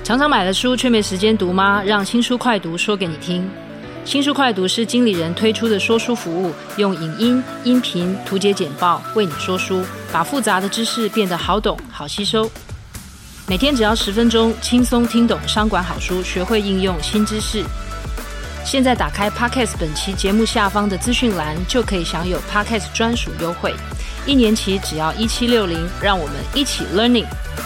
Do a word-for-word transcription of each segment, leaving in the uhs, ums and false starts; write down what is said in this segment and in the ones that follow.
常常买了书却没时间读吗？让新书快读说给你听。新书快读是经理人推出的说书服务，用影音、音频、图解简报为你说书，把复杂的知识变得好懂、好吸收。每天只要十分钟，轻松听懂商管好书，学会应用新知识。现在打开 Podcast 本期节目下方的资讯栏，就可以享有 Podcast 专属优惠，一年期只要一七六零，让我们一起 Learning。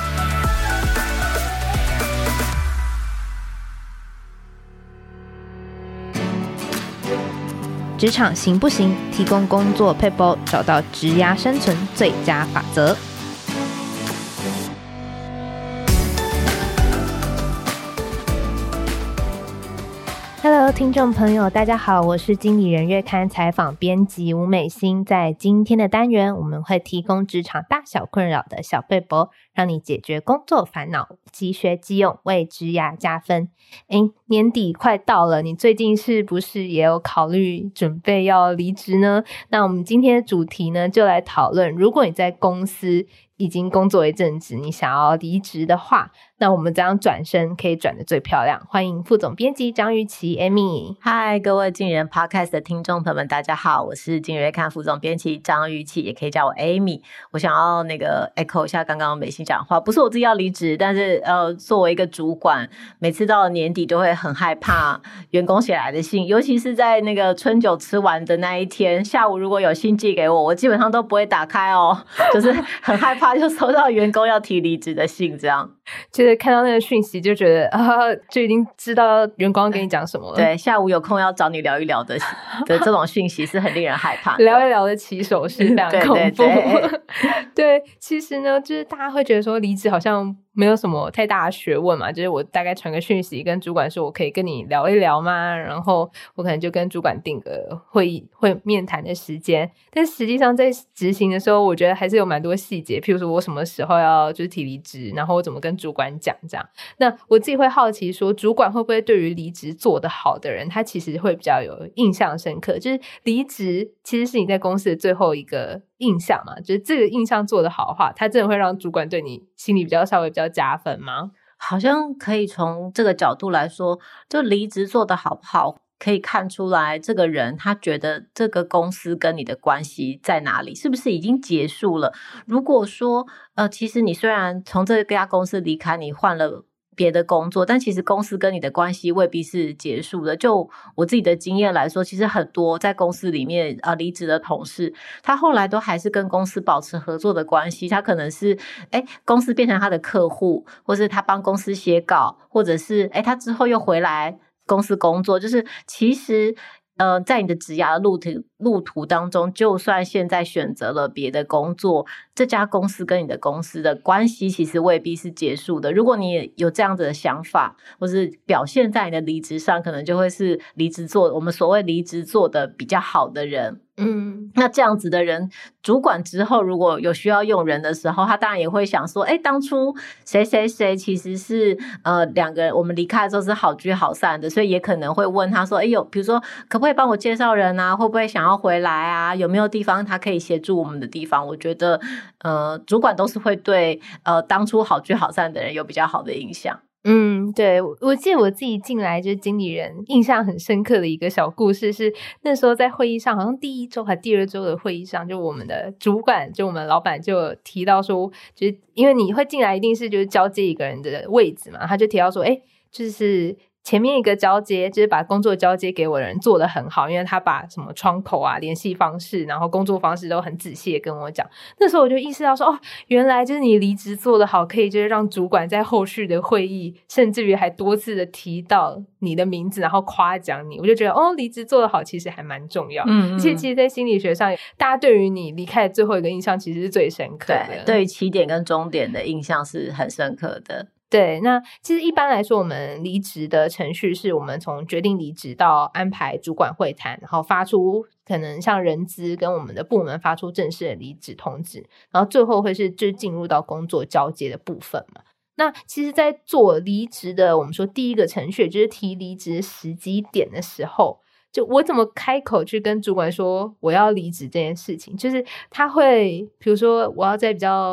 职场行不行？提供工作撇步，找到职涯生存最佳法则。Hello， 听众朋友，大家好，我是经理人月刊采访编辑吴美心。在今天的单元，我们会提供职场大小困扰的小撇步，让你解决工作烦恼，即学即用，为职涯加分。诶，年底快到了，你最近是不是也有考虑准备要离职呢？那我们今天的主题呢，就来讨论，如果你在公司已经工作一阵子，你想要离职的话，那我们怎样转身可以转得最漂亮？欢迎副总编辑张玉琪 Amy。 嗨，各位经理人 Podcast 的听众朋友们，大家好，我是经理人看副总编辑张玉琪，也可以叫我 Amy。 我想要那个 echo 一下刚刚美心讲话，不是我自己要离职，但是呃，作为一个主管，每次到了年底都会很害怕员工写来的信，尤其是在那个春酒吃完的那一天下午，如果有信寄给我，我基本上都不会打开哦，就是很害怕就收到员工要提离职的信，这样就是看到那个讯息就觉得啊，就已经知道员工要跟你讲什么了。 对，下午有空要找你聊一聊的的这种讯息是很令人害怕的。 聊一聊的起手是非常恐怖。 对对对对，其实呢，就是大家会觉得说离职好像没有什么太大的学问嘛，就是我大概传个讯息跟主管说我可以跟你聊一聊吗？然后我可能就跟主管定个会议会面谈的时间，但实际上在执行的时候，我觉得还是有蛮多细节，譬如说我什么时候要就是提离职，然后我怎么跟主管讲这样。那我自己会好奇说，主管会不会对于离职做得好的人，他其实会比较有印象深刻，就是离职其实是你在公司的最后一个印象嘛，就是这个印象做得好的话，他真的会让主管对你心里比较稍微比较加分吗？ 好像可以从这个角度来说，就离职做得好不好可以看出来这个人他觉得这个公司跟你的关系在哪里，是不是已经结束了。如果说呃，其实你虽然从这家公司离开，你换了别的工作，但其实公司跟你的关系未必是结束的。就我自己的经验来说，其实很多在公司里面呃离职的同事，他后来都还是跟公司保持合作的关系。他可能是诶公司变成他的客户，或是他帮公司写稿，或者是诶他之后又回来公司工作。就是其实呃，在你的职涯的路途路途当中，就算现在选择了别的工作，这家公司跟你的公司的关系其实未必是结束的。如果你有这样子的想法，或是表现在你的离职上，可能就会是离职做我们所谓离职做的比较好的人。嗯，那这样子的人，主管之后如果有需要用人的时候，他当然也会想说，诶当初谁谁谁其实是呃两个人我们离开的时候是好聚好散的，所以也可能会问他说，诶有比如说可不可以帮我介绍人啊，会不会想要回来啊，有没有地方他可以协助我们的地方。我觉得呃主管都是会对呃当初好聚好散的人有比较好的印象。 嗯，对，我记得我自己进来就是经理人印象很深刻的一个小故事是，那时候在会议上，好像第一周还第二周的会议上，就我们的主管就我们老板就有提到说，就是因为你会进来一定是就是交接一个人的位置嘛，他就提到说诶就是前面一个交接就是把工作交接给我的人做得很好，因为他把什么窗口啊联系方式然后工作方式都很仔细的跟我讲。那时候我就意识到说哦，原来就是你离职做得好可以就是让主管在后续的会议甚至于还多次的提到你的名字然后夸奖你。我就觉得哦，离职做得好其实还蛮重要。嗯，而且其实在心理学上大家对于你离开的最后一个印象其实是最深刻的。 对，对于起点跟终点的印象是很深刻的。 对，那其实一般来说我们离职的程序是我们从决定离职到安排主管会谈，然后发出可能像人资跟我们的部门发出正式的离职通知，然后最后会是就进入到工作交接的部分嘛。那其实在做离职的我们说第一个程序就是提离职时机点的时候，就我怎么开口去跟主管说我要离职这件事情，就是他会比如说我要在比较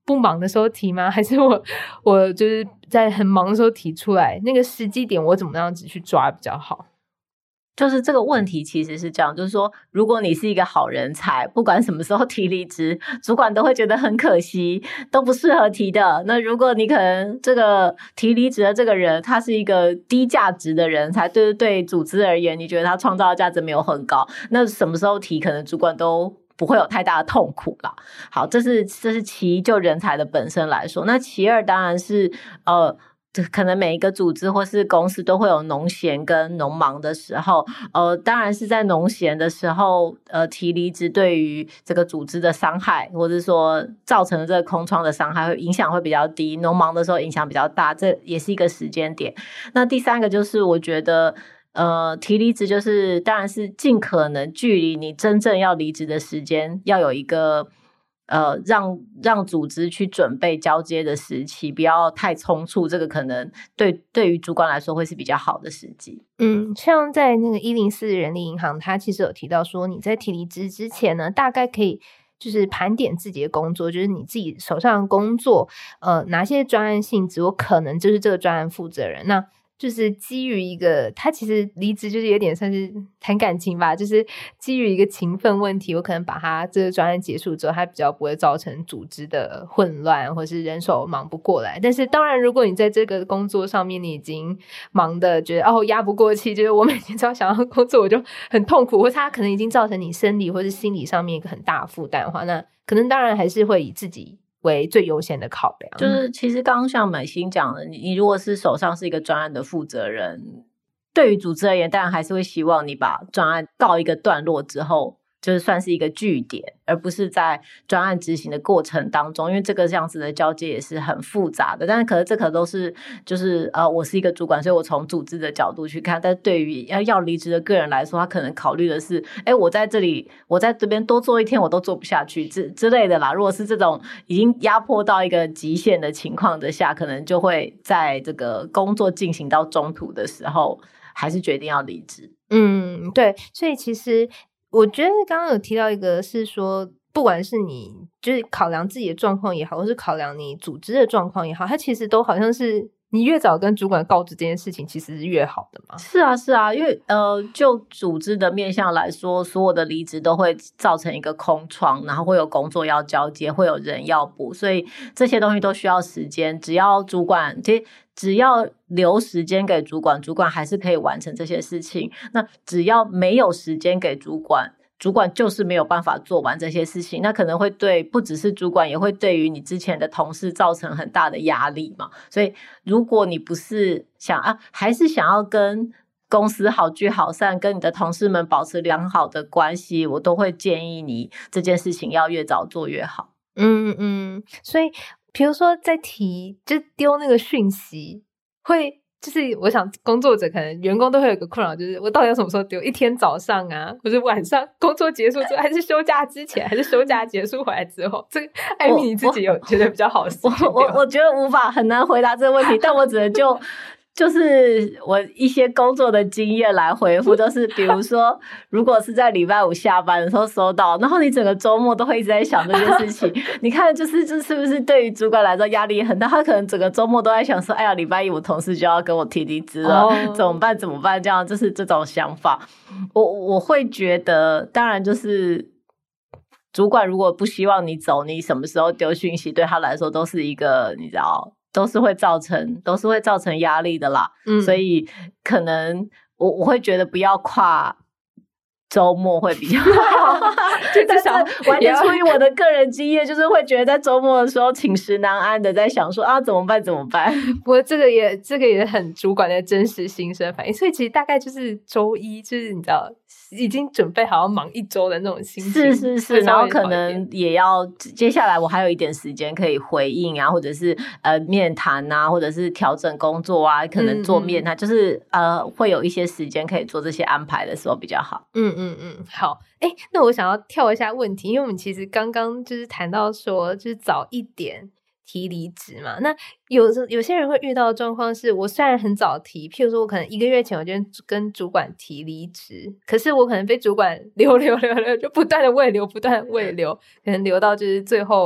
不忙的时候提吗？还是我我就是在很忙的时候提出来？那个时机点我怎么样子去抓比较好？ 就是这个问题其实是这样，就是说如果你是一个好人才，不管什么时候提离职，主管都会觉得很可惜，都不适合提的。那如果你可能这个提离职的这个人他是一个低价值的人才，对对组织而言你觉得他创造的价值没有很高，那什么时候提可能主管都不会有太大的痛苦啦。好，这是这是其一，就人才的本身来说。那其二当然是呃可能每一个组织或是公司都会有农闲跟农忙的时候，呃，当然是在农闲的时候，呃，提离职对于这个组织的伤害，或者说造成的这个空窗的伤害，会影响会比较低。农忙的时候影响比较大，这也是一个时间点。那第三个就是我觉得。呃，提离职就是当然是尽可能距离你真正要离职的时间要有一个呃，让让组织去准备交接的时期，不要太匆促，这个可能对对于主管来说会是比较好的时机。 嗯，像在那个一零四人力银行，它其实有提到说，你在提离职之前呢，大概可以就是盘点自己的工作，就是你自己手上的工作，呃，哪些专案性质，我可能就是这个专案负责人。那就是基于一个，他其实离职就是有点算是谈感情吧，就是基于一个情分问题，我可能把他这个专案结束之后，他比较不会造成组织的混乱，或是人手忙不过来。但是当然，如果你在这个工作上面你已经忙的觉得哦压不过气，就是我每天只要想要工作我就很痛苦，或是他可能已经造成你生理或是心理上面一个很大的负担的话，那可能当然还是会以自己为最优先的考量。 就是其实刚刚像美心讲的，你你如果是手上是一个专案的负责人，对于组织而言当然还是会希望你把专案告一个段落之后就是算是一个据点，而不是在专案执行的过程当中，因为这个这样子的交接也是很复杂的。但是可能这可都是就是呃，我是一个主管，所以我从组织的角度去看，但对于要要离职的个人来说，他可能考虑的是哎，我在这里我在这边多做一天我都做不下去之之类的啦。如果是这种已经压迫到一个极限的情况的下，可能就会在这个工作进行到中途的时候还是决定要离职。 嗯，对，所以其实我觉得刚刚有提到一个是说，不管是你就是考量自己的状况也好，或是考量你组织的状况也好，它其实都好像是你越早跟主管告知这件事情其实是越好的嘛。 是啊是啊，因为呃，就组织的面向来说，所有的离职都会造成一个空窗，然后会有工作要交接，会有人要补，所以这些东西都需要时间。只要主管其实只要留时间给主管，主管还是可以完成这些事情。那只要没有时间给主管，主管就是没有办法做完这些事情，那可能会对不只是主管，也会对于你之前的同事造成很大的压力嘛。所以如果你不是想啊，还是想要跟公司好聚好散，跟你的同事们保持良好的关系，我都会建议你这件事情要越早做越好。 嗯嗯，所以比如说在提就丢那个讯息，会就是我想工作者可能员工都会有一个困扰，就是我到底要什么时候丢？一天早上啊，或者晚上工作结束之后，还是休假之前，还是休假结束回来之后？这个艾米你自己有觉得比较好的时间我我我觉得无法很难回答这个问题，但我只能就就是我一些工作的经验来回复，都是比如说如果是在礼拜五下班的时候收到，然后你整个周末都会一直在想这件事情你看就是这是不是对于主管来说压力很大，他可能整个周末都在想说哎呀礼拜一我同事就要跟我提离职了、oh. 怎么办怎么办，这样就是这种想法。我我会觉得当然就是主管如果不希望你走，你什么时候丢讯息对他来说都是一个你知道都是会造成都是会造成压力的啦、嗯、所以可能我我会觉得不要跨周末会比较好但是完全出于我的个人经验，就是会觉得在周末的时候寝食难安的在想说啊怎么办怎么办。 不过这个也这个也很主管的真实心声反应，所以其实大概就是周一就是你知道已经准备好要忙一周的那种心情， 是是是，然后可能也要接下来我还有一点时间可以回应啊，或者是呃面谈啊，或者是调整工作啊，可能做面谈、嗯嗯、就是呃会有一些时间可以做这些安排的时候比较好。 嗯嗯嗯，好。诶，那我想要跳一下问题，因为我们其实刚刚就是谈到说就是早一点提离职嘛，那有有些人会遇到的状况是，我虽然很早提，譬如说我可能一个月前我就跟主管提离职，可是我可能被主管留留留留，就不断的未留不断的未留，可能留到就是最后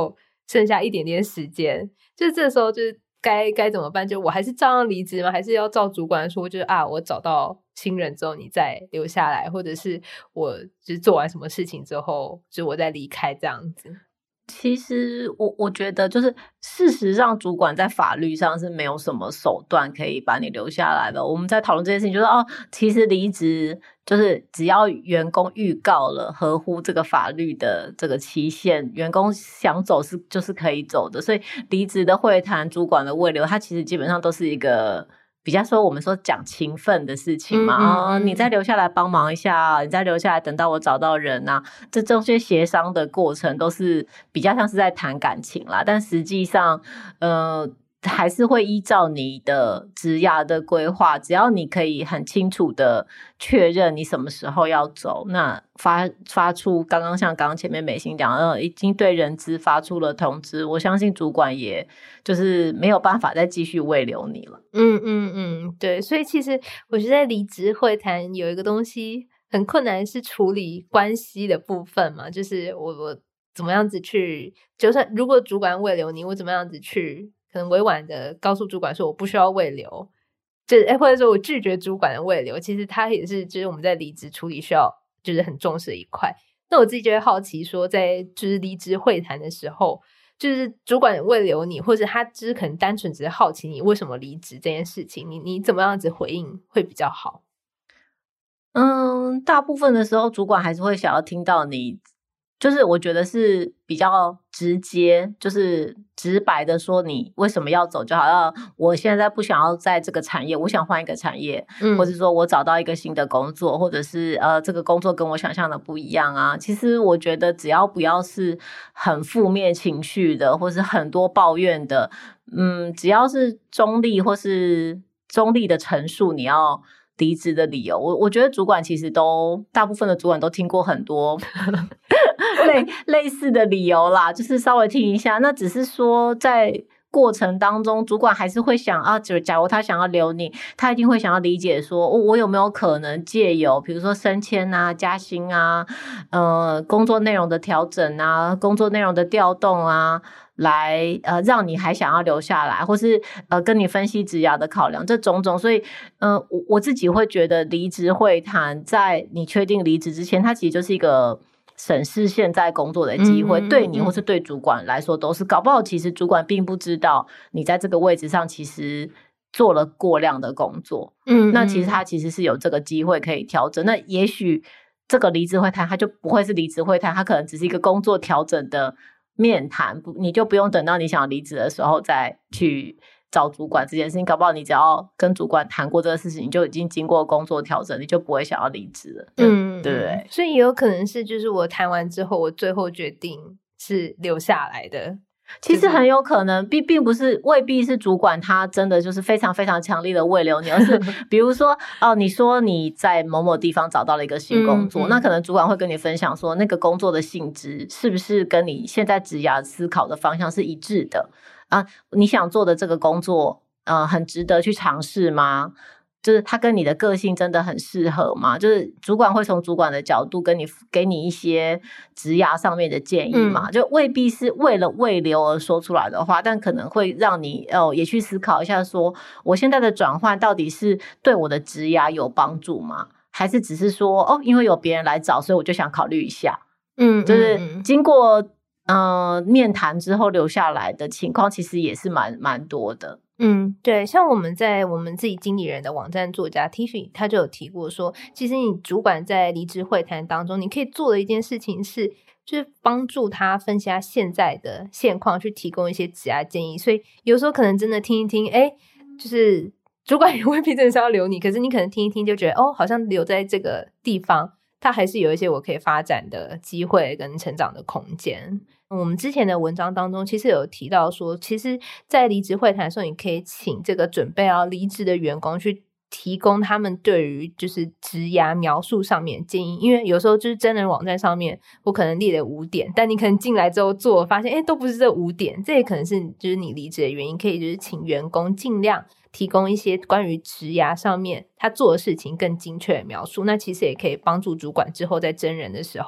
剩下一点点时间，就是这时候就是该该怎么办？就我还是照样离职吗？还是要照主管说，就是啊，我找到新人之后你再留下来，或者是我就是做完什么事情之后，就我再离开这样子？ 其实我我觉得就是事实上主管在法律上是没有什么手段可以把你留下来的。我们在讨论这件事情就是哦，其实离职就是只要员工预告了合乎这个法律的这个期限，员工想走是就是可以走的。所以离职的会谈主管的慰留，它其实基本上都是一个比较说我们说讲情分的事情嘛，嗯嗯嗯哦，你再留下来帮忙一下，你再留下来等到我找到人啊，这这些协商的过程都是比较像是在谈感情啦，但实际上呃还是会依照你的职涯的规划，只要你可以很清楚的确认你什么时候要走，那发发出刚刚像刚刚前面美心讲呃，已经对人资发出了通知，我相信主管也就是没有办法再继续慰留你了。 嗯嗯嗯，对，所以其实我觉得在离职会谈有一个东西很困难，是处理关系的部分嘛，就是我我怎么样子去，就算如果主管慰留你，我怎么样子去可能委婉的告诉主管说我不需要慰留，就或者说我拒绝主管的慰留，其实它也是就是我们在离职处理需要就是很重视的一块。那我自己就会好奇说，在就是离职会谈的时候，就是主管慰留你，或者他只是可能单纯只是好奇你为什么离职这件事情，你你怎么样子回应会比较好？ 嗯，大部分的时候主管还是会想要听到你，就是我觉得是比较直接，就是直白的说你为什么要走就好，要我现在不想要在这个产业，我想换一个产业，嗯，或者说我找到一个新的工作，或者是呃这个工作跟我想象的不一样啊。其实我觉得只要不要是很负面情绪的，或是很多抱怨的，嗯，只要是中立或是中立的陈述，你要离职的理由，我我觉得主管其实都大部分的主管都听过很多类类似的理由啦，就是稍微听一下。那只是说在过程当中，主管还是会想啊，就假如他想要留你，他一定会想要理解说，哦，我有没有可能借由比如说升迁啊、加薪啊、呃工作内容的调整啊、工作内容的调动啊，来呃让你还想要留下来，或是呃跟你分析职涯的考量，这种种。所以呃我我自己会觉得离职会谈在你确定离职之前，它其实就是一个审视现在工作的机会，嗯嗯嗯，对你或是对主管来说都是，搞不好其实主管并不知道你在这个位置上其实做了过量的工作，嗯, 嗯, 嗯，那其实他其实是有这个机会可以调整。那也许这个离职会谈它就不会是离职会谈，它可能只是一个工作调整的面谈，你就不用等到你想离职的时候再去找主管这件事情，搞不好你只要跟主管谈过这个事情，你就已经经过工作调整，你就不会想要离职了。嗯，对不对？ 所以也有可能是就是我谈完之后，我最后决定是留下来的。 其实很有可能并并不是未必是主管他真的就是非常非常强力的慰留你，而是比如说哦，你说你在某某地方找到了一个新工作，嗯嗯，那可能主管会跟你分享说那个工作的性质是不是跟你现在职涯思考的方向是一致的啊？你想做的这个工作呃很值得去尝试吗？就是他跟你的个性真的很适合吗？就是主管会从主管的角度跟你给你一些职涯上面的建议嘛，嗯，就未必是为了慰留而说出来的话，但可能会让你哦也去思考一下说，我现在的转换到底是对我的职涯有帮助吗？还是只是说哦因为有别人来找，所以我就想考虑一下。嗯，就是经过呃面谈之后留下来的情况，其实也是蛮蛮多的。 嗯，对，像我们在我们自己经理人的网站作家 Tiffy 他就有提过说，其实你主管在离职会谈当中，你可以做的一件事情是就是帮助他分析他现在的现况，去提供一些职涯建议。所以有时候可能真的听一听，诶就是主管也未必真的是要留你，可是你可能听一听就觉得哦，好像留在这个地方它还是有一些我可以发展的机会跟成长的空间。我们之前的文章当中其实有提到说，其实在离职会谈的时候，你可以请这个准备要离职的员工去提供他们对于就是职涯描述上面的建议。因为有时候就是真人网站上面我可能列了五点，但你可能进来之后做发现诶都不是这五点，这也可能是就是你离职的原因。可以就是请员工尽量提供一些关于职涯上面他做的事情更精确的描述，那其实也可以帮助主管之后在真人的时候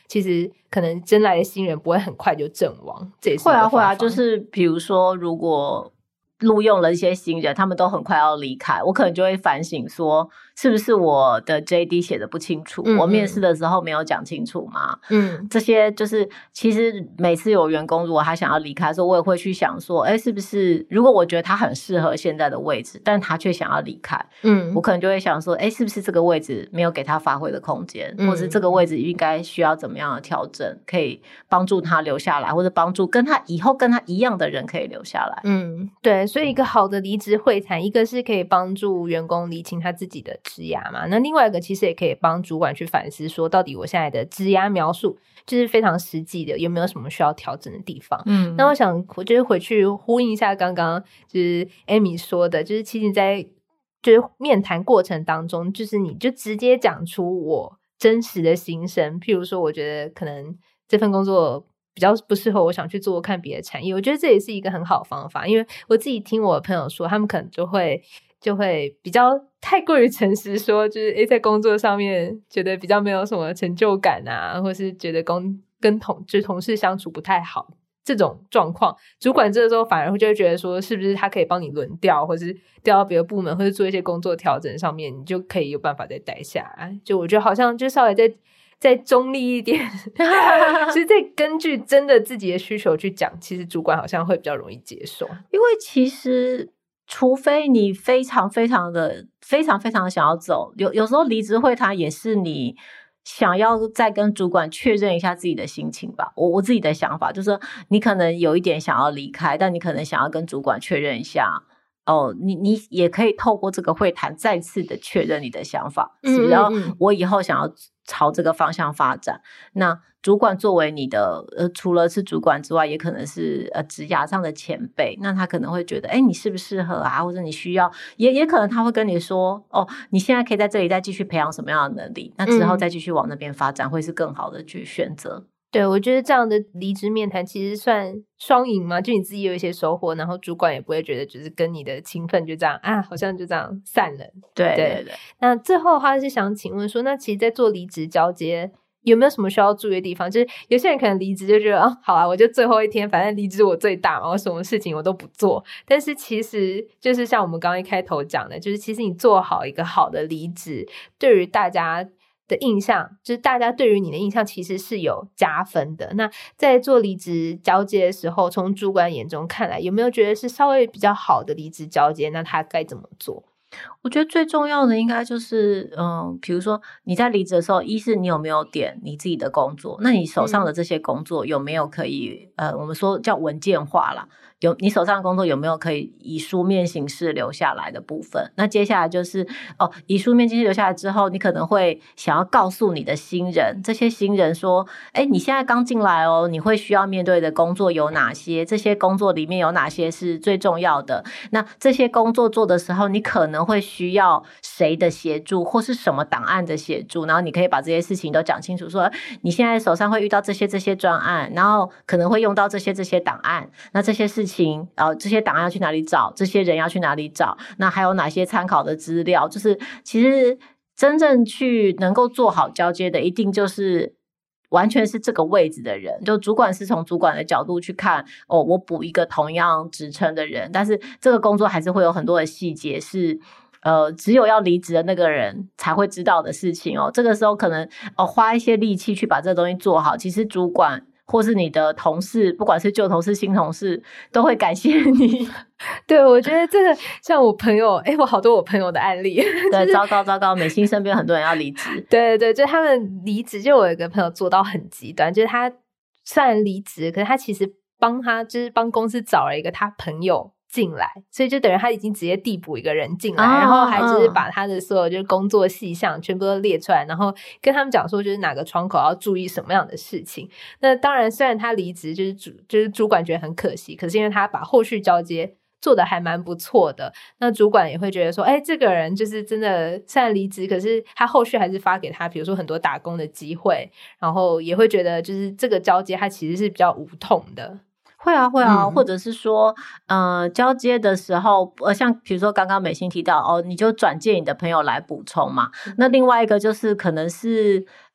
其实可能真来的新人不会很快就阵亡。这也是会啊会啊，就是比如说如果录用了一些新人，他们都很快要离开，我可能就会反省说是不是我的 J D 写的不清楚，嗯嗯，我面试的时候没有讲清楚吗？嗯，这些就是其实每次有员工如果他想要离开的时候，我也会去想说哎，是不是如果我觉得他很适合现在的位置，但他却想要离开，嗯，我可能就会想说哎，是不是这个位置没有给他发挥的空间，嗯，或是这个位置应该需要怎么样的调整可以帮助他留下来，或者帮助跟他以后跟他一样的人可以留下来。 嗯，对，所以一个好的离职会谈，一个是可以帮助员工理清他自己的职涯嘛，那另外一个其实也可以帮主管去反思说到底我现在的职涯描述就是非常实际的，有没有什么需要调整的地方。嗯，那我想我就是回去呼应一下刚刚就是 Amy 说的，就是其实在就是面谈过程当中，就是你就直接讲出我真实的心声，譬如说我觉得可能这份工作比较不适合，我想去做看别的产业，我觉得这也是一个很好的方法。因为我自己听我的朋友说，他们可能就会就会比较太过于诚实说，就是诶在工作上面觉得比较没有什么成就感啊，或是觉得跟跟同就是同事相处不太好，这种状况主管这个时候反而就会觉得说是不是他可以帮你轮调，或是调到别的部门，或是做一些工作调整上面，你就可以有办法再待下来。就我觉得好像就稍微再再中立一点其实再根据真的自己的需求去讲，其实主管好像会比较容易接受。 因为其实除非你非常非常的非常非常的想要走，有有时候离职会谈也是你想要再跟主管确认一下自己的心情吧。我我自己的想法就是你可能有一点想要离开，但你可能想要跟主管确认一下哦，你你也可以透过这个会谈再次的确认你的想法，嗯嗯嗯，然后我以后想要朝这个方向发展。那主管作为你的呃，除了是主管之外，也可能是呃职涯上的前辈，那他可能会觉得哎，你适不适合啊，或者你需要，也也可能他会跟你说哦，你现在可以在这里再继续培养什么样的能力，那之后再继续往那边发展，嗯，会是更好的去选择。 对，我觉得这样的离职面谈其实算双赢嘛，就你自己有一些收获，然后主管也不会觉得就是跟你的情分就这样啊，好像就这样散了。 对对 对, 对。 那最后的话是想请问说，那其实在做离职交接有没有什么需要注意的地方？就是有些人可能离职就觉得哦，好啊，我就最后一天，反正离职我最大嘛，我什么事情我都不做。但是其实就是像我们刚刚一开头讲的，就是其实你做好一个好的离职，对于大家的印象，就是大家对于你的印象其实是有加分的。那在做离职交接的时候，从主管眼中看来，有没有觉得是稍微比较好的离职交接？那他该怎么做？ 我觉得最重要的应该就是嗯，比如说你在离职的时候，一是你有没有点你自己的工作，那你手上的这些工作有没有可以、嗯、呃，我们说叫文件化啦，有你手上的工作有没有可以以书面形式留下来的部分。那接下来就是哦，以书面形式留下来之后，你可能会想要告诉你的新人，这些新人说哎，你现在刚进来哦，你会需要面对的工作有哪些，这些工作里面有哪些是最重要的，那这些工作做的时候你可能会需要谁的协助，或是什么档案的协助，然后你可以把这些事情都讲清楚，说你现在手上会遇到这些这些专案，然后可能会用到这些这些档案，那这些事情呃，这些档案要去哪里找，这些人要去哪里找，那还有哪些参考的资料，就是其实真正去能够做好交接的，一定就是完全是这个位置的人，就主管是从主管的角度去看哦，我补一个同样职称的人，但是这个工作还是会有很多的细节是呃，只有要离职的那个人才会知道的事情哦。这个时候可能哦花一些力气去把这个东西做好，其实主管或是你的同事，不管是旧同事新同事，都会感谢你。 对，我觉得这个像我朋友，诶我好多我朋友的案例。 对，糟糕糟糕，美心身边很多人要离职。 对对对，就他们离职，就我有一个朋友做到很极端，就是他虽然离职，可是他其实帮他就是帮公司找了一个他朋友进来，所以就等于他已经直接递补一个人进来、哦、然后还就是把他的所有就是工作细项全部都列出来、嗯、然后跟他们讲说就是哪个窗口要注意什么样的事情。那当然虽然他离职就是主就是主管觉得很可惜，可是因为他把后续交接做的还蛮不错的，那主管也会觉得说哎，这个人就是真的虽然离职，可是他后续还是发给他比如说很多打工的机会，然后也会觉得就是这个交接他其实是比较无痛的。 会啊会啊、嗯、或者是说呃，交接的时候呃，像比如说刚刚美心提到哦，你就转介你的朋友来补充嘛、嗯、那另外一个就是可能是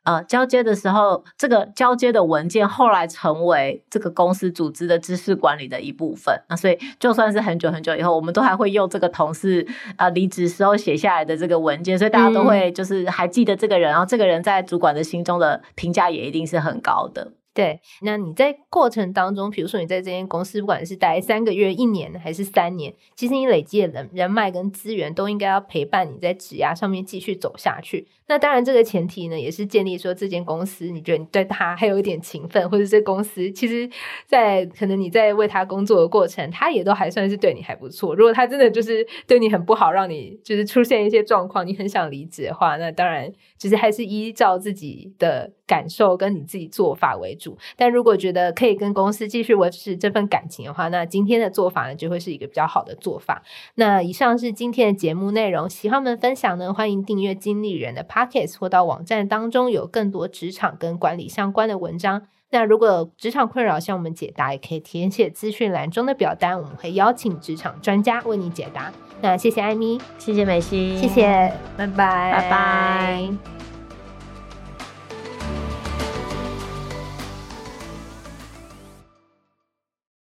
呃交接的时候，这个交接的文件后来成为这个公司组织的知识管理的一部分。那所以就算是很久很久以后，我们都还会用这个同事呃离职时候写下来的这个文件，所以大家都会就是还记得这个人，然后这个人在主管的心中的评价也一定是很高的。 对，那你在过程当中，比如说你在这间公司不管是待三个月、一年还是三年，其实你累积的人人脉跟资源都应该要陪伴你在职涯上面继续走下去。那当然这个前提呢，也是建立说这间公司你觉得你对他还有一点情分，或者这公司其实在可能你在为他工作的过程，他也都还算是对你还不错。如果他真的就是对你很不好，让你就是出现一些状况，你很想离职的话，那当然就是还是依照自己的感受跟你自己做法为主。但如果觉得可以跟公司继续维持这份感情的话，那今天的做法呢就会是一个比较好的做法。那以上是今天的节目内容，喜欢我们分享呢，欢迎订阅经理人的 Podcast 或到网站当中有更多职场跟管理相关的文章。那如果有职场困扰向我们解答，也可以填写资讯栏中的表单，我们会邀请职场专家为你解答。那谢谢艾咪， 谢谢美心， 谢谢，拜拜， 拜拜。